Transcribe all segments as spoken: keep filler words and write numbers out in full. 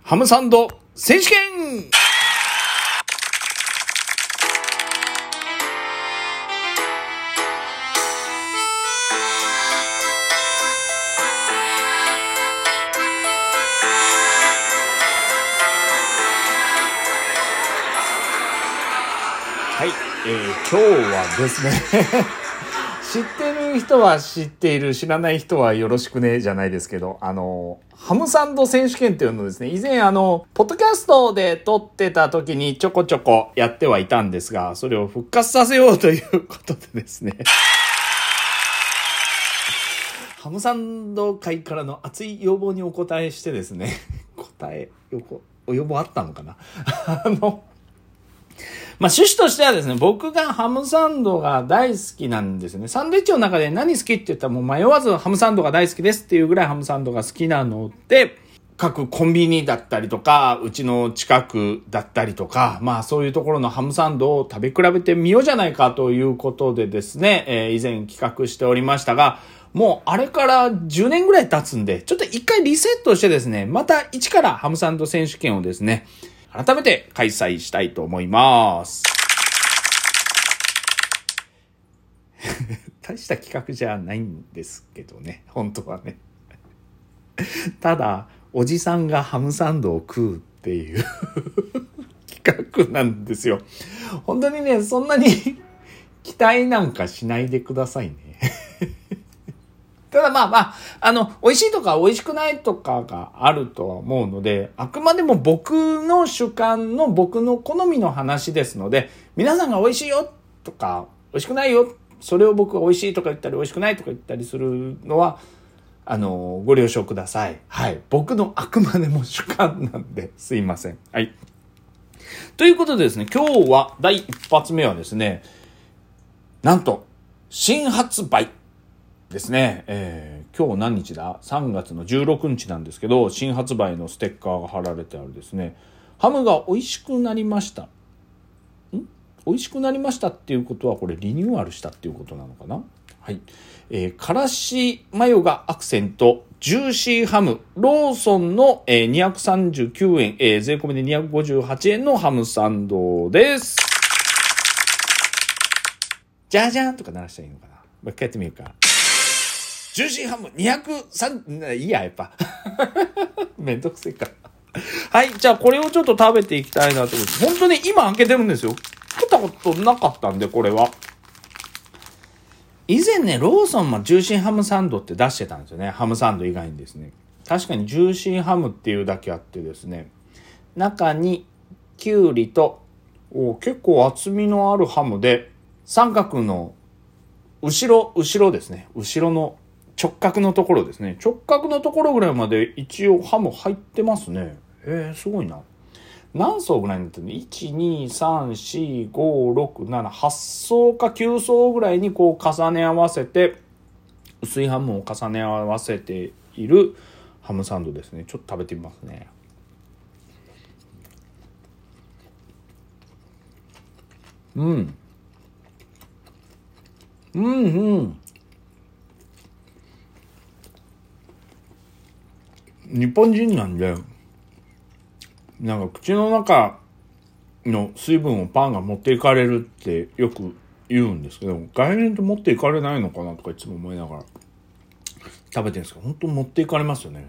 ハムサンド選手権。はい、えー、今日はですね知ってる人は知っている、知らない人はよろしくねじゃないですけど、あのハムサンド選手権っていうのをですね、以前あのポッドキャストで撮ってた時にちょこちょこやってはいたんですが、それを復活させようということでですねハムサンド界からの熱い要望にお答えしてですね答えお要望あったのかなあのまあ、趣旨としてはですね、僕がハムサンドが大好きなんですね。サンドイッチの中で何好きって言ったらもう迷わずハムサンドが大好きですっていうぐらいハムサンドが好きなので、各コンビニだったりとか、うちの近くだったりとか、まあそういうところのハムサンドを食べ比べてみようじゃないかということでですね、えー、以前企画しておりましたが、もうあれからじゅうねんぐらい経つんで、ちょっと一回リセットしてですね、また一からハムサンド選手権をですね、改めて開催したいと思います。大した企画じゃないんですけどね、本当はね。ただ、おじさんがハムサンドを食うっていう企画なんですよ。本当にね、そんなに期待なんかしないでくださいね。ただまあまあ、あの、美味しいとか美味しくないとかがあるとは思うので、あくまでも僕の主観の僕の好みの話ですので、皆さんが美味しいよとか、美味しくないよ、それを僕が美味しいとか言ったり美味しくないとか言ったりするのは、あの、ご了承ください。はい。僕のあくまでも主観なんで、すいません。はい。ということでですね、今日は第一発目はですね、なんと、新発売。ですね、えー、今日何日だ ?さんがつのじゅうろくにちなんですけど、新発売のステッカーが貼られてあるですね、ハムが美味しくなりました。ん美味しくなりましたっていうことは、これリニューアルしたっていうことなのかな。はい。えー、からしマヨがアクセント、ジューシーハム、ローソンの、えー、にひゃくさんじゅうきゅうえん、えー、税込みでにひゃくごじゅうはちえんのハムサンドです。じゃじゃーんとか鳴らしたらいいのかな。もう一回やってみようか。ジューシーハムにひゃくさん、いいや、やっぱ。めんどくせえか。はい、じゃあこれをちょっと食べていきたいなと思って。本当に今開けてるんですよ。食ったことなかったんで、これは。以前ね、ローソンもジューシーハムサンドって出してたんですよね。ハムサンド以外にですね。確かにジューシーハムっていうだけあってですね。中にキュウリと、お結構厚みのあるハムで、三角の後ろ、後ろですね。後ろの直角のところですね。直角のところぐらいまで一応ハム入ってますね。えー、すごいな。何層ぐらいになってるの ?いち、に、さん、よん、ご、ろく、なな、はち層かきゅう層ぐらいにこう重ね合わせて、薄いハムを重ね合わせているハムサンドですね。ちょっと食べてみますね。うん。うんうん。日本人なんで、なんか口の中の水分をパンが持っていかれるってよく言うんですけど、外人って持っていかれないのかなとかいつも思いながら食べてるんですけど、本当持っていかれますよね。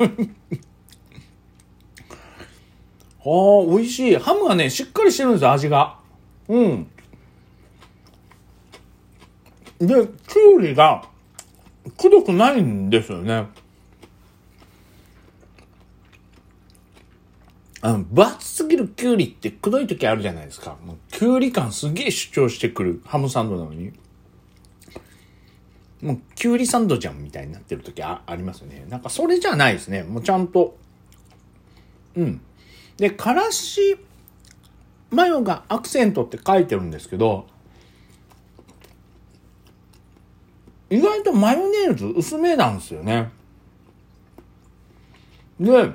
ああ、美味しい。ハムがね、しっかりしてるんですよ、味が。うん。で、キュウリがくどくないんですよね。あの、分厚すぎるキュウリってくどい時あるじゃないですか。もうキュウリ感すげえ主張してくるハムサンドなのに。もうキュウリサンドじゃんみたいになってる時 あ, ありますよね。なんかそれじゃないですね。もうちゃんと。うん。で、からしマヨがアクセントって書いてるんですけど、意外とマヨネーズ薄めなんですよね。で、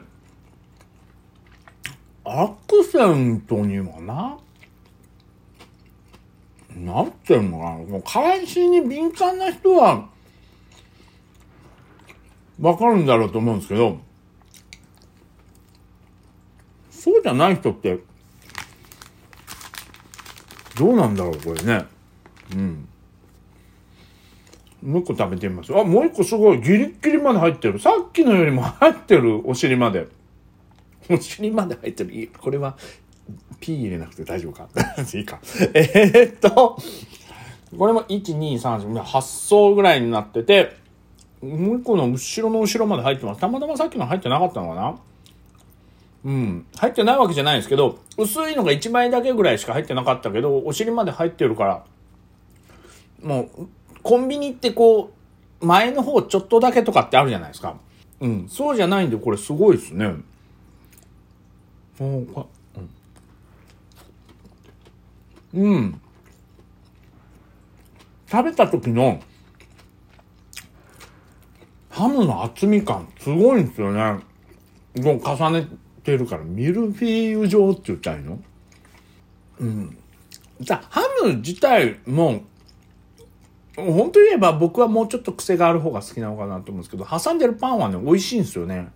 アクセントにはな、なんていうのかな、もうからしに敏感な人はわかるんだろうと思うんですけど、 そうじゃない人ってどうなんだろうこれね。うん。もう一個食べてみます。あ、もう一個すごいギリッギリまで入ってる。さっきのよりも入ってる。お尻まで。お尻まで入ってる。これはピー入れなくて大丈夫かいいか。えー、っとこれもいち、に、さん、よん、はち層ぐらいになってて、もう一個の後ろの後ろまで入ってます。たまたまさっきの入ってなかったのかな。うん。入ってないわけじゃないんですけど、薄いのがいちまいだけぐらいしか入ってなかったけど、お尻まで入ってるから、もう、コンビニってこう、前の方ちょっとだけとかってあるじゃないですか。うん。そうじゃないんで、これすごいですね。おかうん。うん。食べた時の、ハムの厚み感、すごいんですよね。こう重ねてるから、ミルフィーユ状って言ったらいいの？うん。じゃあ、ハム自体も、本当言えば僕はもうちょっと癖がある方が好きなのかなと思うんですけど、挟んでるパンはね、美味しいんですよね。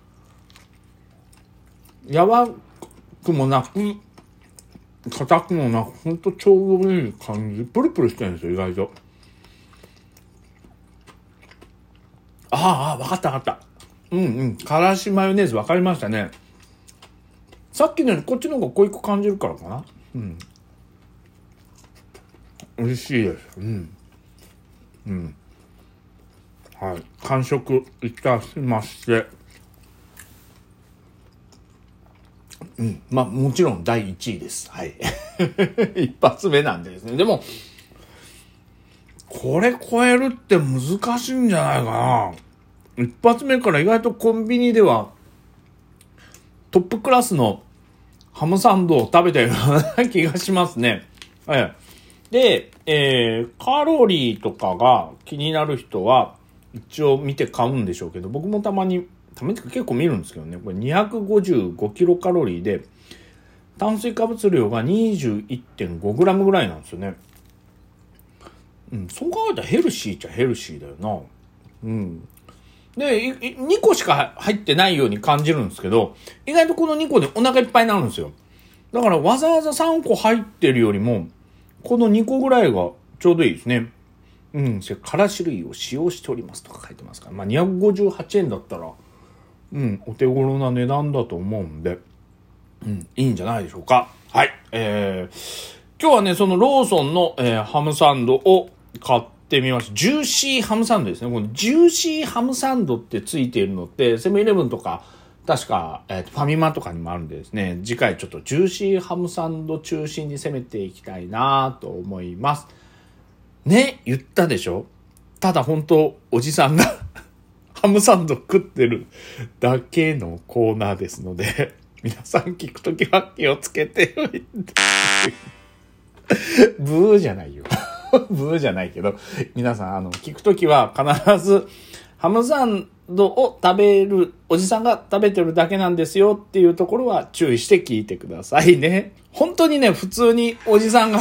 柔らかくもなく、硬くもなく、ほんとちょうどいい感じ。プルプルしてるんですよ、意外と。ああ、わかったわかった。うんうん。からしマヨネーズわかりましたね。さっきのよりこっちの方が濃いく感じるからかな。うん。美味しいです。うん。うん。はい。完食いたしまして。うん。まあ、もちろんだいいちいです。はい。一発目なんでですね。でも、これ超えるって難しいんじゃないかな。一発目から意外とコンビニではトップクラスのハムサンドを食べたような気がしますね。はい。で、えー、カロリーとかが気になる人は一応見て買うんでしょうけど、僕もたまに、たまに結構見るんですけどね、これにひゃくごじゅうごキロカロリーで、炭水化物量が にじゅういってんごグラムぐらいなんですよね。うん、そう考えたらヘルシーっちゃヘルシーだよな。うん。で、にこしか入ってないように感じるんですけど、意外とこのにこでお腹いっぱいになるんですよ。だからわざわざさんこ入ってるよりも、このにこぐらいがちょうどいいですね。うん、からし類を使用しておりますとか書いてますから。まあにひゃくごじゅうはちえんだったら、うん、お手頃な値段だと思うんで、うん、いいんじゃないでしょうか。はい。えー、今日はね、そのローソンの、えー、ハムサンドを買ってみました。ジューシーハムサンドですね。このジューシーハムサンドってついているのって、セブンイレブンとか、確か、えー、ファミマとかにもあるんでですね、次回ちょっとジューシーハムサンド中心に攻めていきたいなと思います。ね、言ったでしょ？ただ本当、おじさんがハムサンド食ってるだけのコーナーですので、皆さん聞くときは気をつけておいて。ブーじゃないよ。ブーじゃないけど、皆さん、あの、聞くときは必ず、ハムサンドを食べる、おじさんが食べてるだけなんですよっていうところは注意して聞いてくださいね。本当にね、普通におじさんが、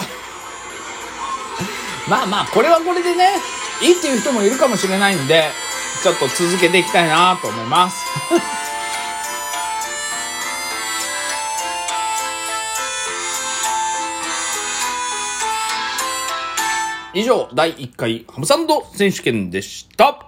まあまあ、これはこれでね、いいっていう人もいるかもしれないんで、ちょっと続けていきたいなと思います。以上、だいいっかいハムサンド選手権でした。